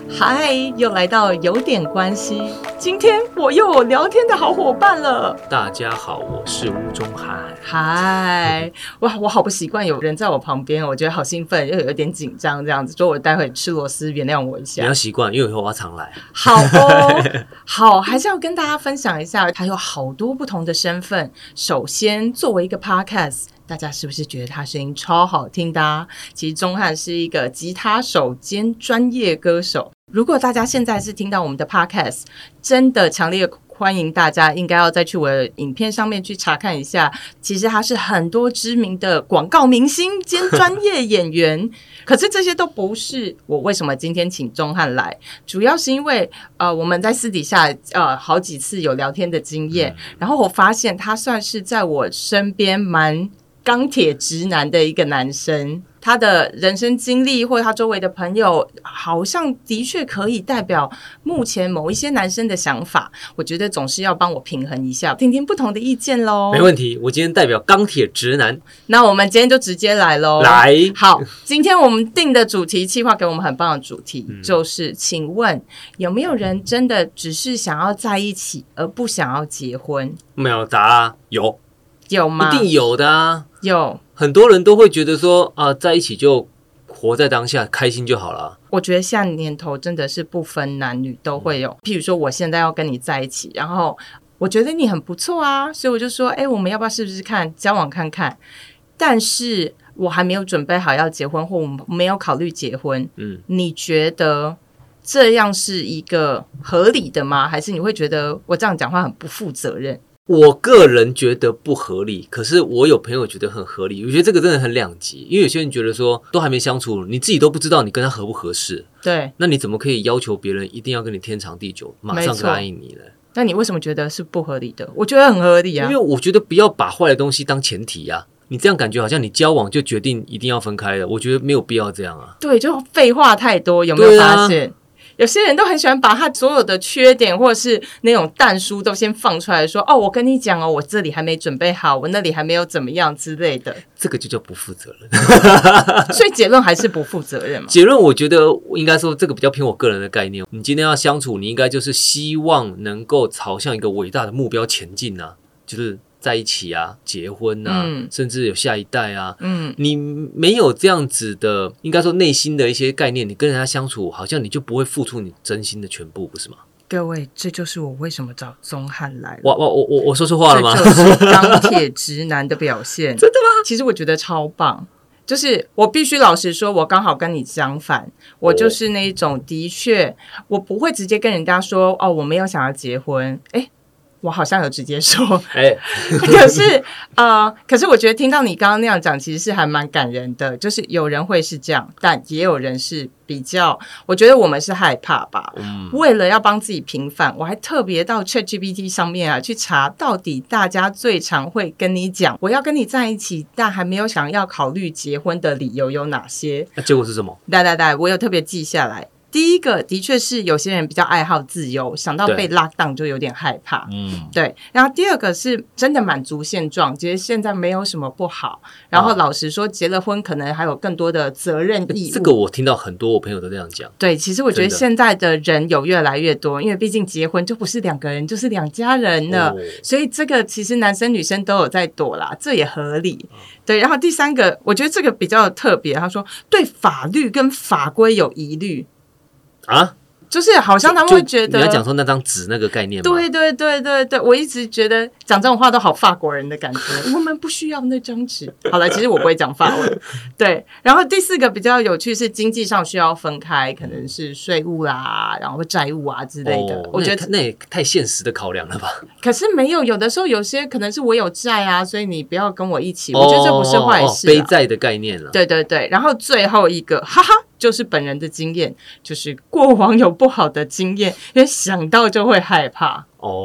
嗨，又来到有点关系。今天我又有聊天的好伙伴了。 大家好，我是吴宗翰。 嗨，哇，我好不习惯有人在我旁边，我觉得好兴奋，又有点紧张，这样子。就我待会吃螺丝，原谅我一下。 你要习惯，因为以后我要常来。 好哦，好，还是要跟大家分享一下，他有好多不同的身份。首先，作为一个 podcast。大家是不是觉得他声音超好听的啊？其实宗翰是一个吉他手兼专业歌手。如果大家现在是听到我们的 podcast， 真的强烈欢迎大家应该要再去我的影片上面去查看一下。其实他是很多知名的广告明星兼专业演员。可是这些都不是我为什么今天请宗翰来，主要是因为我们在私底下好几次有聊天的经验，然后我发现他算是在我身边蛮钢铁直男的一个男生，他的人生经历或者他周围的朋友好像的确可以代表目前某一些男生的想法。我觉得总是要帮我平衡一下，听听不同的意见咯。 没问题，我今天代表钢铁直男。 那我们今天就直接来咯。 来， 好，今天我们定的主题企划给我们很棒的主题，就是请问有没有人真的只是想要在一起而不想要结婚？ 秒答啊，有吗？ 一定有的啊。 有， 很多人都会觉得说啊，在一起就活在当下，开心就好了。 我觉得现在年头真的是不分男女都会有。譬如说，我现在要跟你在一起，然后我觉得你很不错啊，所以我就说，我们要不要试试看交往看看？但是我还没有准备好要结婚，或我没有考虑结婚。你觉得这样是一个合理的吗？还是你会觉得我这样讲话很不负责任？ 我个人觉得不合理，可是我有朋友觉得很合理。我觉得这个真的很两极，因为有些人觉得说都还没相处，你自己都不知道你跟他合不合适， 对， 那你怎么可以要求别人一定要跟你天长地久，马上答应你呢？ 那你为什么觉得是不合理的？我觉得很合理啊， 因为我觉得不要把坏的东西当前提啊。你这样感觉好像你交往就决定一定要分开了，我觉得没有必要这样啊。 对，就废话太多，有没有发现？有些人都很喜欢把他所有的缺点或者是那种但书都先放出来说，哦，我跟你讲哦，我这里还没准备好，我那里还没有怎么样之类的， 这个就叫不负责任。 所以结论还是不负责任嘛。 结论我觉得应该说这个比较偏我个人的概念，你今天要相处，你应该就是希望能够朝向一个伟大的目标前进啊，就是在一起啊，结婚啊，甚至有下一代啊。你没有这样子的，应该说内心的一些概念，你跟人家相处，好像你就不会付出你真心的全部，不是吗？ 各位，这就是我为什么找宗翰来了。 我说错话了吗？ 这就是钢铁直男的表现。 真的吗？ 其实我觉得超棒。就是我必须老实说，我刚好跟你相反，我就是那一种的确，我不会直接跟人家说哦，我没有想要结婚。我好像有直接说，可是我觉得听到你刚刚那样讲，其实是还蛮感人的。就是有人会是这样，但也有人是比较，我觉得我们是害怕吧。为了要帮自己平反，我还特别到 ChatGPT 上面啊去查，到底大家最常会跟你讲，我要跟你在一起，但还没有想要考虑结婚的理由有哪些？ 结果是什么？ 来，我有特别记下来。第一个的确是有些人比较爱好自由，想到被 lock down 就有点害怕。对。然后第二个是真的满足现状，觉得现在没有什么不好。然后老实说，结了婚可能还有更多的责任义务。 这个我听到很多我朋友都这样讲。 对，其实我觉得现在的人有越来越多，因为毕竟结婚就不是两个人，就是两家人了。所以这个其实男生女生都有在躲啦，这也合理。对。然后第三个，我觉得这个比较特别，他说对法律跟法规有疑虑。啊，就是好像他们会觉得你要讲说那张纸那个概念吗？ 对，我一直觉得讲这种话都好法国人的感觉。我们不需要那张纸。好了，其实我不会讲法文。对，然后第四个比较有趣是经济上需要分开，可能是税务啦，然后债务啊之类的。我觉得那也太现实的考量了吧？ 可是没有的时候有些可能是我有债啊，所以你不要跟我一起。我觉得这不是坏事。 背债的概念了。 对，然后最后一个，哈哈。就是本人的经验，就是过往有不好的经验，因为想到就会害怕。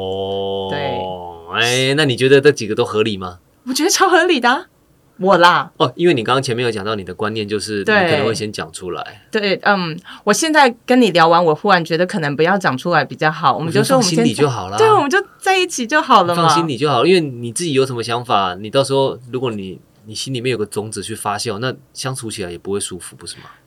对，那你觉得这几个都合理吗？ 我觉得超合理的啊。我啦， 因为你刚刚前面有讲到你的观念，就是你可能会先讲出来。 对，我现在跟你聊完，我忽然觉得可能不要讲出来比较好。我们就说我们放心里就好了。 对，我们就在一起就好了嘛。 放心里就好了，因为你自己有什么想法，你到时候如果你心里面有个种子去发酵，那相处起来也不会舒服，不是吗？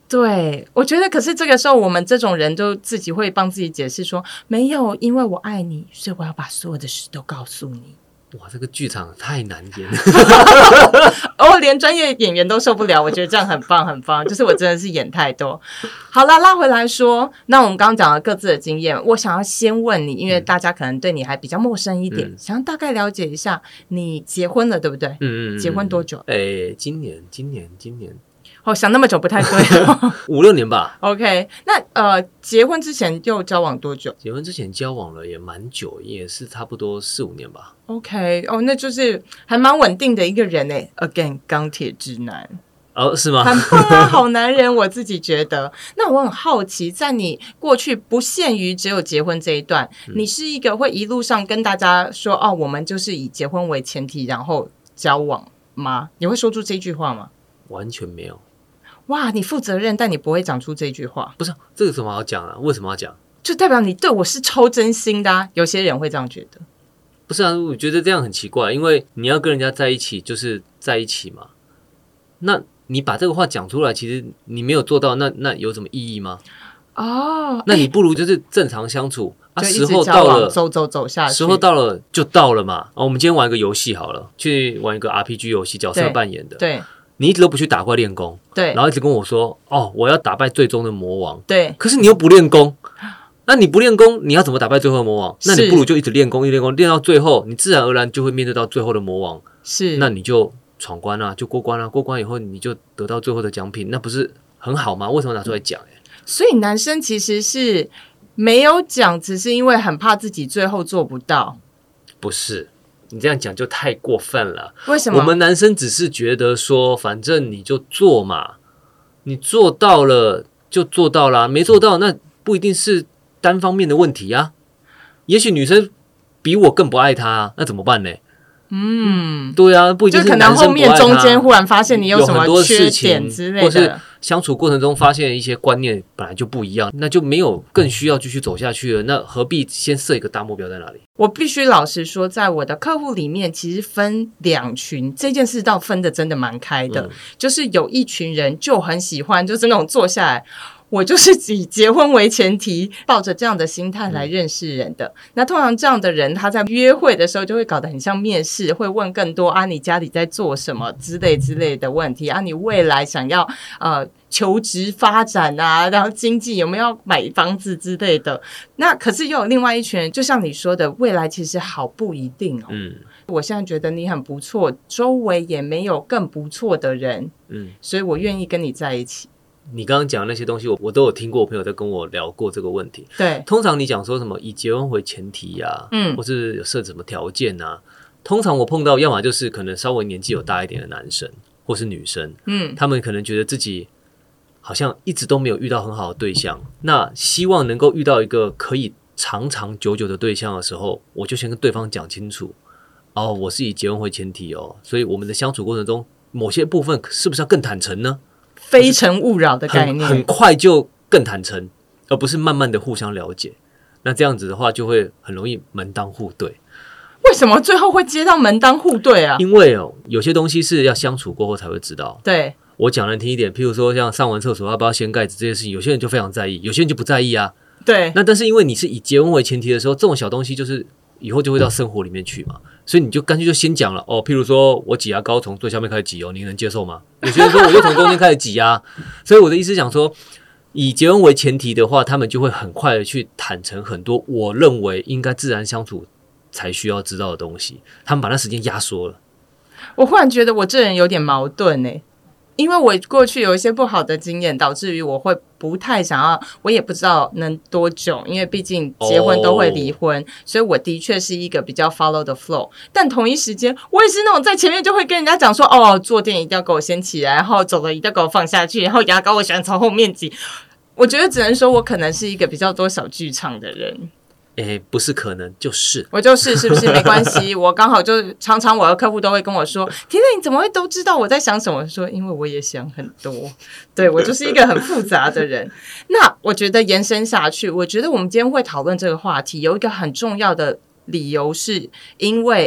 对，我觉得可是这个时候我们这种人就自己会帮自己解释说，没有，因为我爱你，所以我要把所有的事都告诉你。 哇，这个剧场太难演了连专业演员都受不了，我觉得这样很棒很棒，就是我真的是演太多。好啦，拉回来说，那我们刚刚讲了各自的经验，我想要先问你，因为大家可能对你还比较陌生一点，想要大概了解一下，你结婚了对不对？结婚多久？ 今年想那么久不太对 5-6年吧。 OK， 那结婚之前又交往多久？ 结婚之前交往了也蛮久，也是差不多4-5年吧。 OK， 那就是还蛮稳定的一个人诶。Again， 钢铁直男。 是吗？ 很棒啊，好男人，我自己觉得。那我很好奇，在你过去不限于只有结婚这一段，你是一个会一路上跟大家说我们就是以结婚为前提，然后交往吗？你会说出这句话吗？ 完全没有。 哇，你负责任，但你不会讲出这句话。 不是，这个什么好讲啊？为什么要讲？ 就代表你对我是超真心的啊。有些人会这样觉得。 不是啊，我觉得这样很奇怪，因为你要跟人家在一起，就是在一起嘛。那你把这个话讲出来，其实你没有做到，那有什么意义吗？那你不如就是正常相处时候到了， 走下去， 时候到了就到了嘛。我们今天玩一个游戏好了，去玩一个 RPG 游戏，角色扮演的。 对。 你一直都不去打怪练功， 对， 然后一直跟我说我要打败最终的魔王， 对， 可是你又不练功，那你不练功，你要怎么打败最后的魔王？那你不如就一直练功，一直练功，练到最后，你自然而然就会面对到最后的魔王， 是， 那你就闯关啊，就过关啊，过关以后你就得到最后的奖品，那不是很好吗？为什么拿出来讲？ 所以男生其实是没有讲，只是因为很怕自己最后做不到， 不是。你这样讲就太过分了。 为什么？ 我们男生只是觉得说，反正你就做嘛，你做到了就做到啦，没做到那不一定是单方面的问题啊。也许女生比我更不爱他啊，那怎么办呢？对啊，不一定是男生不爱他，就可能后面中间忽然发现你有什么缺点之类的， 或是相处过程中发现一些观念本来就不一样，那就没有更需要继续走下去了。那何必先设一个大目标在哪里？ 我必须老实说，在我的客户里面，其实分2群，这件事倒分的真的蛮开的。就是有一群人就很喜欢，就是那种坐下来。我就是以结婚为前提，抱着这样的心态来认识人的。那通常这样的人，他在约会的时候就会搞得很像面试，会问更多你家里在做什么之类的问题你未来想要求职发展然后经济有没有要买房子之类的。那可是又有另外一群人，就像你说的，未来其实好不一定我现在觉得你很不错，周围也没有更不错的人所以我愿意跟你在一起。 你刚刚讲的那些东西我都有听过，我朋友在跟我聊过这个问题。 对， 通常你讲说什么以结婚为前提或是有设什么条件通常我碰到要么就是可能稍微年纪有大一点的男生或是女生他们可能觉得自己好像一直都没有遇到很好的对象，那希望能够遇到一个可以长长久久的对象的时候，我就先跟对方讲清楚我是以结婚为前提所以我们的相处过程中某些部分是不是要更坦诚呢？ 非诚勿扰的概念， 很快就更坦诚，而不是慢慢的互相了解。那这样子的话，就会很容易门当户对。 为什么最后会接到门当户对啊？ 因为有些东西是要相处过后才会知道。 对， 我讲难听一点，譬如说像上完厕所要不要掀盖子这件事情，有些人就非常在意，有些人就不在意啊。 对， 那但是因为你是以结婚为前提的时候，这种小东西就是以后就会到生活里面去嘛，所以你就干脆就先讲了譬如说我挤牙膏从最下面开始挤你能接受吗？有些人说我就从中间开始挤所以我的意思讲说，以结婚为前提的话，他们就会很快的去坦诚很多我认为应该自然相处才需要知道的东西，他们把那时间压缩了。 我忽然觉得我这人有点矛盾因为我过去有一些不好的经验，导致于我会不太想要，我也不知道能多久，因为毕竟结婚都会离婚所以我的确是一个比较 follow the flow。 但同一时间我也是那种在前面就会跟人家讲说坐垫一定要给我掀起来，然后走了一定要给我放下去，然后牙膏我喜欢从后面挤。我觉得只能说我可能是一个比较多小剧场的人。 不是可能就是我就是是不是没关系我刚好就常常我的客户都会跟我说，天哪你怎么会都知道我在想什么？说因为我也想很多，对，我就是一个很复杂的人。那我觉得延伸下去，我觉得我们今天会讨论这个话题有一个很重要的理由，是因为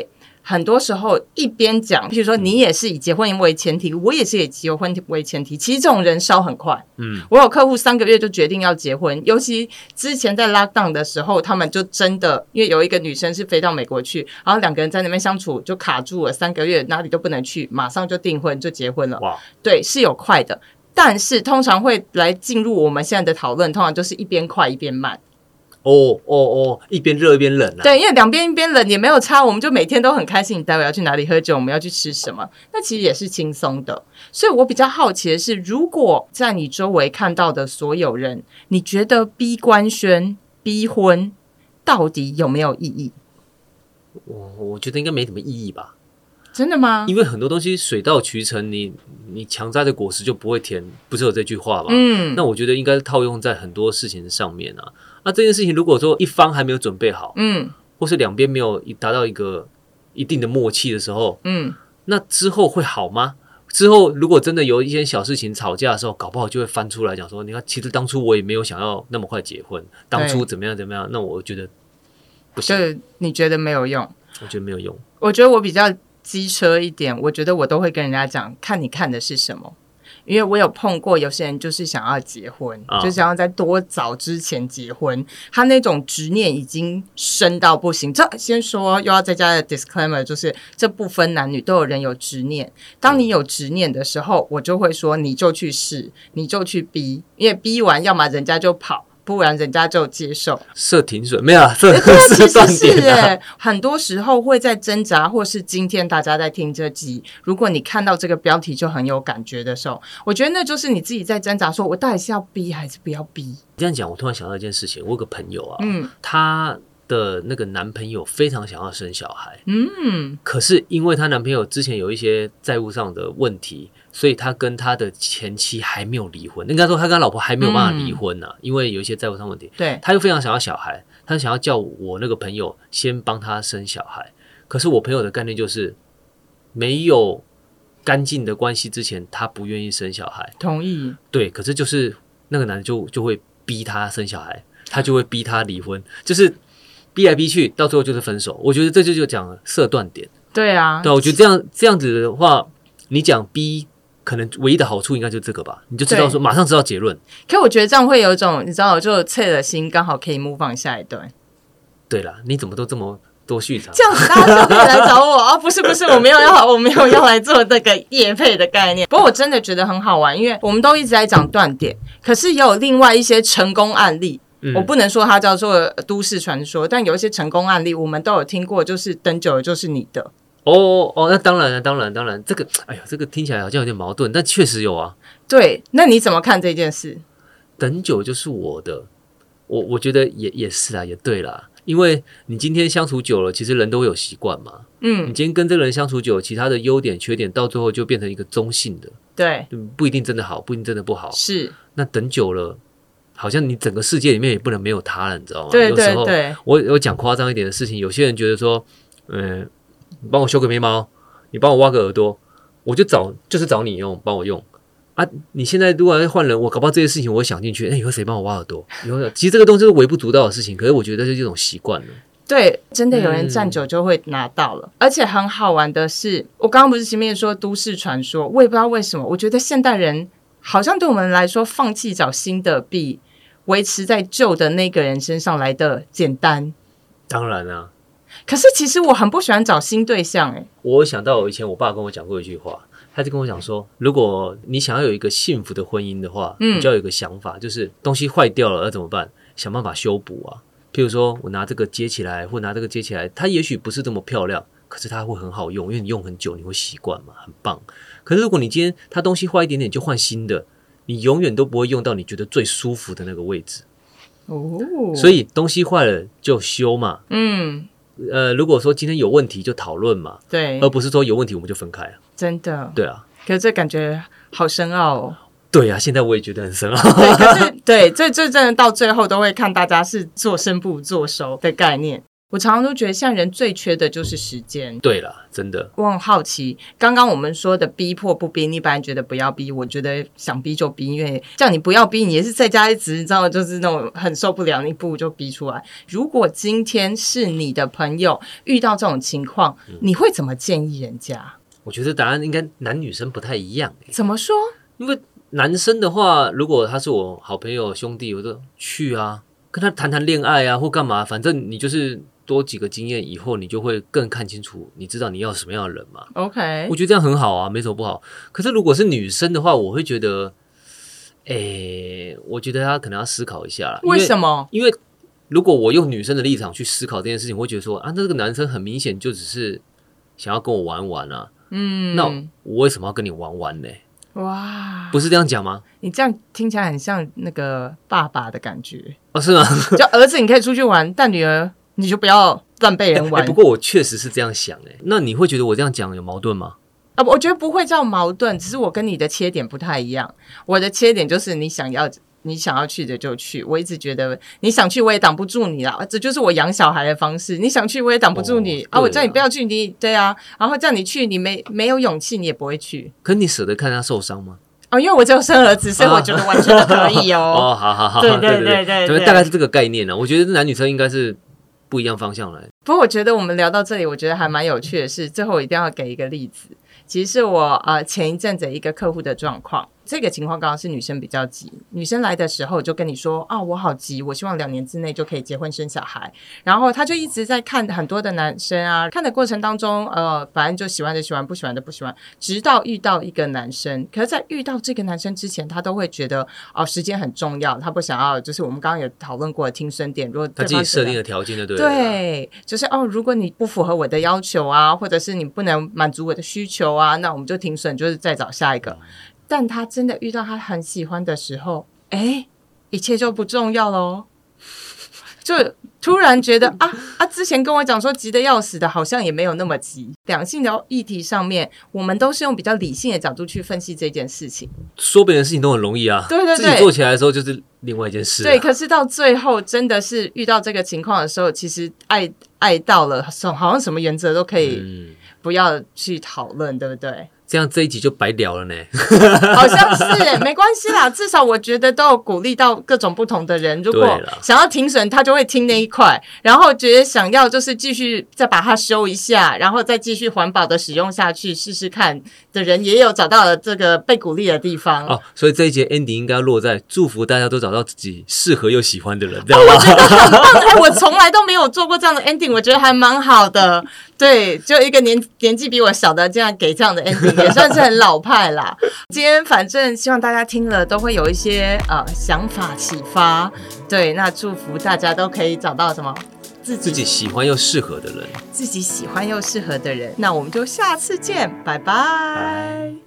很多时候一边讲，譬如说你也是以结婚为前提，我也是以结婚为前提，其实这种人烧很快。我有客户3个月就决定要结婚，尤其之前在 lockdown 的时候，他们就真的因为有一个女生是飞到美国去，然后2个人在那边相处就卡住了3个月，哪里都不能去，马上就订婚就结婚了。 哇， 对，是有快的，但是通常会来进入我们现在的讨论，通常就是一边快一边慢。 一边热一边冷啊。 对，因为两边一边冷也没有差，我们就每天都很开心。你待会要去哪里喝酒，我们要去吃什么，那其实也是轻松的。所以我比较好奇的是，如果在你周围看到的所有人，你觉得逼官宣、逼婚到底有没有意义？ 我觉得应该没什么意义吧。 真的吗？ 因为很多东西水到渠成，你强摘的果实就不会甜，不是有这句话吗？那我觉得应该套用在很多事情上面啊。那这件事情如果说一方还没有准备好，或是两边没有达到一个一定的默契的时候，那之后会好吗？之后如果真的有一些小事情吵架的时候，搞不好就会翻出来讲说，你看，其实当初我也没有想要那么快结婚，当初怎么样怎么样，那我觉得不行。 就你觉得没有用？ 我觉得没有用。 我觉得我比较机车一点，我觉得我都会跟人家讲，看你看的是什么。因为我有碰过有些人就是想要结婚，就想要在多早之前结婚，他那种执念已经深到不行。这先说又要再加的 disclaimer， 就是这不分男女，都有人有执念。当你有执念的时候，我就会说你就去试，你就去逼，因为逼完要么人家就跑，不然人家就接受。 设停损没有啊？设其断实是点啊。 很多时候会在挣扎，或是今天大家在听这集，如果你看到这个标题就很有感觉的时候，我觉得那就是你自己在挣扎，说我到底是要逼还是不要逼。 这样讲，我突然想到一件事情，我有个朋友啊，她的那个男朋友非常想要生小孩，可是因为她男朋友之前有一些债务上的问题，所以他跟他的前妻还没有离婚，应该说他跟他老婆还没有办法离婚啊，因为有一些债务上问题。 对， 他又非常想要小孩，他想要叫我那个朋友先帮他生小孩。可是我朋友的概念就是没有干净的关系之前，他不愿意生小孩。 同意。 对，可是就是那个男的就会逼他生小孩，他就会逼他离婚，就是逼来逼去，到最后就是分手。我觉得这就讲了设断点。 对啊， 对，我觉得这样子的话，你讲逼。可能唯一的好处应该就这个吧，你就知道说马上知道结论。 可我觉得这样会有一种，你知道，就切了心，刚好可以move on下一段。 对啦，你怎么都这么多续场？ 这样子大家就可以来找我哦。不是，我没有要来做那个业配的概念。不过我真的觉得很好玩，因为我们都一直在讲断点，可是也有另外一些成功案例。我不能说它叫做都市传说，但有一些成功案例我们都有听过，就是等久了就是你的。 那当然了，当然，这个，哎呀，这个听起来好像有点矛盾，但确实有啊。 对，那你怎么看这件事？ 等久就是我的，我觉得也是啊，也对啦，因为你今天相处久了，其实人都会有习惯嘛。你今天跟这个人相处久了，其他的优点、缺点，到最后就变成一个中性的， 对， 不一定真的好，不一定真的不好。 是， 那等久了。好像你整个世界里面也不能没有他了，你知道吗？ 对， 有时候我讲夸张一点的事情，有些人觉得说，你帮我修个眉毛，你帮我挖个耳朵，我就是找你用，帮我用啊！你现在如果要换人，我搞不好这些事情我会想进去，以后谁帮我挖耳朵？其实这个东西是微不足道的事情，可是我觉得这是一种习惯了。 对，真的有人站久就会拿到了，而且很好玩的是，我刚刚不是前面说都市传说，我也不知道为什么，我觉得现代人好像对我们来说，放弃找新的比维持在旧的那个人身上来的简单。 当然啊， 可是其实我很不喜欢找新对象。 我想到以前我爸跟我讲过一句话，他就跟我讲说，如果你想要有一个幸福的婚姻的话，你就要有一个想法，就是东西坏掉了要怎么办？想办法修补啊。譬如说我拿这个接起来，或拿这个接起来，它也许不是这么漂亮，可是它会很好用，因为你用很久，你会习惯嘛，很棒。可是如果你今天它东西坏一点点，就换新的，你永远都不会用到你觉得最舒服的那个位置。所以东西坏了就修嘛。如果说今天有问题就讨论嘛， 对， 而不是说有问题我们就分开。 真的， 对啊。 可是这感觉好深奥哦。 对啊，现在我也觉得很深奥。 对，可是对，这真的到最后都会看大家是做生不做熟的概念。 我常常都觉得现在人最缺的就是时间。 对啦，真的。 我很好奇，刚刚我们说的逼迫不逼，你本来觉得不要逼，我觉得想逼就逼，因为叫你不要逼，你也是在家一直你知道，就是那种很受不了，你不如就逼出来。如果今天是你的朋友遇到这种情况，你会怎么建议人家？ 我觉得答案应该男女生不太一样。 怎么说？ 因为男生的话，如果他是我好朋友兄弟，我就去啊，跟他谈谈恋爱啊，或干嘛，反正你就是多几个经验以后，你就会更看清楚，你知道你要什么样的人嘛。 OK， 我觉得这样很好啊，没什么不好。可是如果是女生的话，我会觉得，我觉得她可能要思考一下啦。 为什么？ 因为如果我用女生的立场去思考这件事情，我会觉得说啊，那这个男生很明显就只是想要跟我玩玩啊。那我为什么要跟你玩玩呢？ 哇， 不是这样讲吗？ 你这样听起来很像那个爸爸的感觉哦，是吗？ 就儿子你可以出去玩，但女儿你就不要乱被人玩。 不过我确实是这样想那你会觉得我这样讲有矛盾吗？ 我觉得不会叫矛盾，只是我跟你的切点不太一样。我的切点就是你想要去的就去，我一直觉得你想去我也挡不住你啦，这就是我养小孩的方式。你想去我也挡不住你我叫你不要去，你对啊，然后叫你去，你没有勇气，你也不会去。 可你舍得看他受伤吗？ 因为我只有生儿子，所以我觉得完全可以好， 对， 大概是这个概念我觉得男女生应该是不一样方向来。 不过我觉得我们聊到这里，我觉得还蛮有趣的是，最后我一定要给一个例子。其实是我前一阵子一个客户的状况，这个情况刚好是女生比较急，女生来的时候就跟你说我好急，我希望2年之内就可以结婚生小孩，然后她就一直在看很多的男生看的过程当中反正就喜欢的喜欢，不喜欢的不喜欢，直到遇到一个男生。可是在遇到这个男生之前，她都会觉得时间很重要，她不想要就是我们刚刚有讨论过的听声点，如果她自己设定的条件就对了。 对，就是如果你不符合我的要求或者是你不能满足我的需求那我们就停损，就是再找下一个。但他真的遇到他很喜欢的时候，一切就不重要咯。就突然觉得之前跟我讲说急得要死的，好像也没有那么急。两性的议题上面，我们都是用比较理性的角度去分析这件事情。 说别人的事情都很容易啊， 对， 自己做起来的时候就是另外一件事。 对，可是到最后真的是遇到这个情况的时候，其实爱到了，好像什么原则都可以不要去讨论，对不对？ 这样这一集就白聊了呢。 好像是没关系啦，至少我觉得都有鼓励到各种不同的人。如果想要停损，他就会听那一块，然后觉得想要就是继续再把它修一下，然后再继续环保的使用下去试试看的人，也有找到了这个被鼓励的地方。 所以这一节 ending 应该落在祝福大家都找到自己适合又喜欢的人，这样吗？ 我觉得很棒我从来都没有做过这样的 ending， 我觉得还蛮好的。对，就一个年纪比我小的这样给这样的 ending， 也算是很老派啦。今天反正希望大家听了都会有一些想法启发。对，那祝福大家都可以找到什么自己喜欢又适合的人， 那我们就下次见，拜拜。